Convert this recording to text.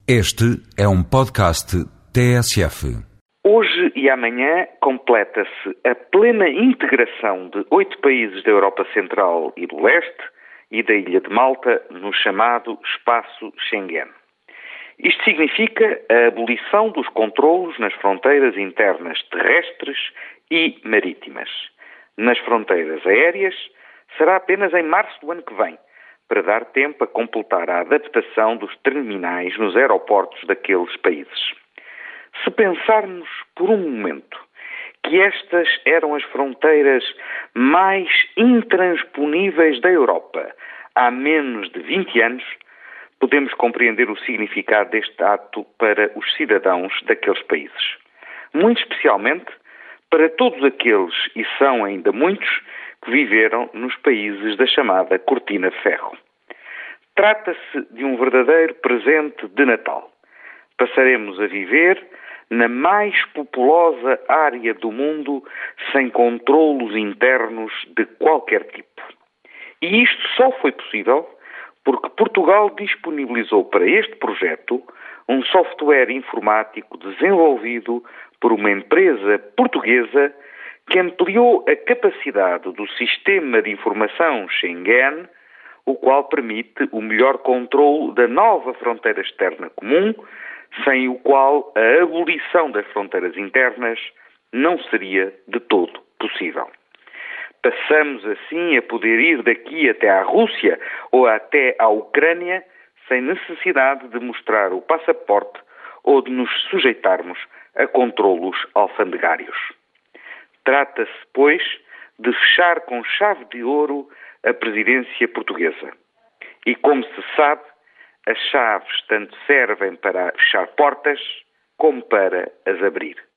Este é um podcast TSF. Hoje e amanhã completa-se a plena integração de 8 países da Europa Central e do Leste e da Ilha de Malta no chamado Espaço Schengen. Isto significa a abolição dos controlos nas fronteiras internas terrestres e marítimas. Nas fronteiras aéreas, será apenas em março do ano que vem, para dar tempo a completar a adaptação dos terminais nos aeroportos daqueles países. Se pensarmos por um momento que estas eram as fronteiras mais intransponíveis da Europa há menos de 20 anos, podemos compreender o significado deste ato para os cidadãos daqueles países. Muito especialmente para todos aqueles, e são ainda muitos, que viveram nos países da chamada Cortina de Ferro. Trata-se de um verdadeiro presente de Natal. Passaremos a viver na mais populosa área do mundo sem controlos internos de qualquer tipo. E isto só foi possível porque Portugal disponibilizou para este projeto um software informático desenvolvido por uma empresa portuguesa que ampliou a capacidade do sistema de informação Schengen, o qual permite o melhor controle da nova fronteira externa comum, sem o qual a abolição das fronteiras internas não seria de todo possível. Passamos assim a poder ir daqui até à Rússia ou até à Ucrânia sem necessidade de mostrar o passaporte ou de nos sujeitarmos a controlos alfandegários. Trata-se, pois, de fechar com chave de ouro a presidência portuguesa. E como se sabe, as chaves tanto servem para fechar portas como para as abrir.